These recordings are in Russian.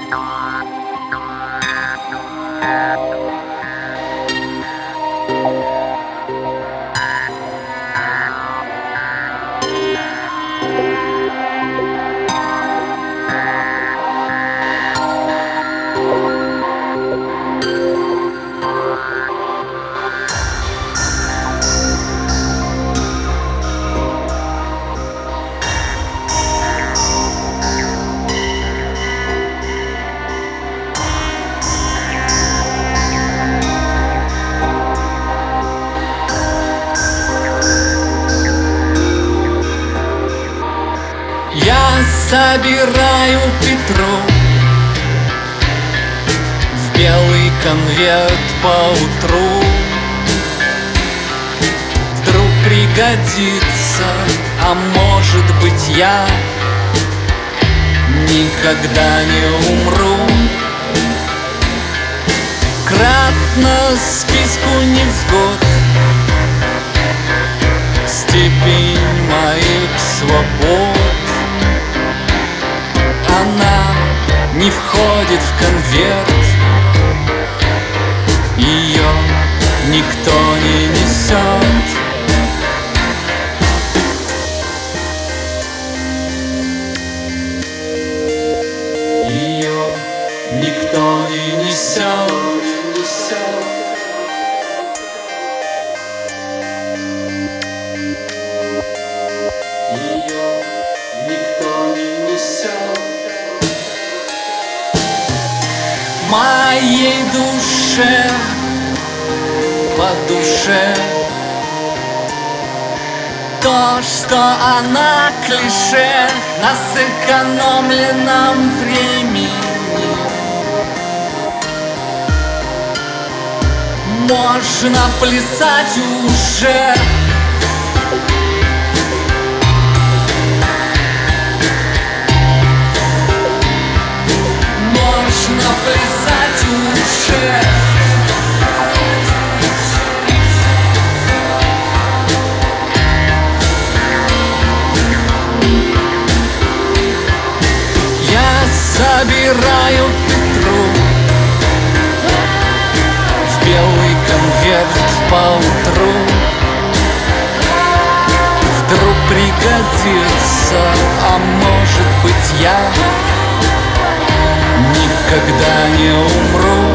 Я собираю Петру в белый конверт поутру. Вдруг пригодится, а может быть я никогда не умру. Кратно списку невзгод степень моих свобод. Она не входит в конверт, ее никто не несет. Ее никто не несет. Ее никто не несет. Моей душе по душе то, что она клише на сэкономленном времени. Можно плясать уже. Можно плясать уже. Я собираю Петру в белый конверт поутру. Вдруг пригодится, а может быть я никогда не умру.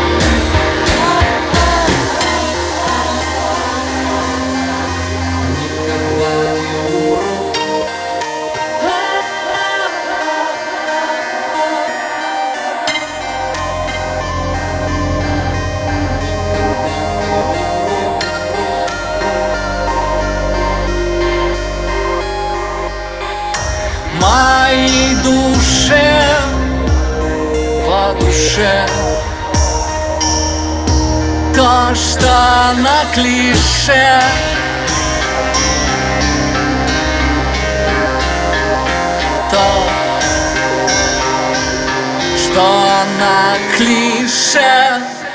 Никогда не умру. Моей душе по душе то, что она клише. То, что она клише.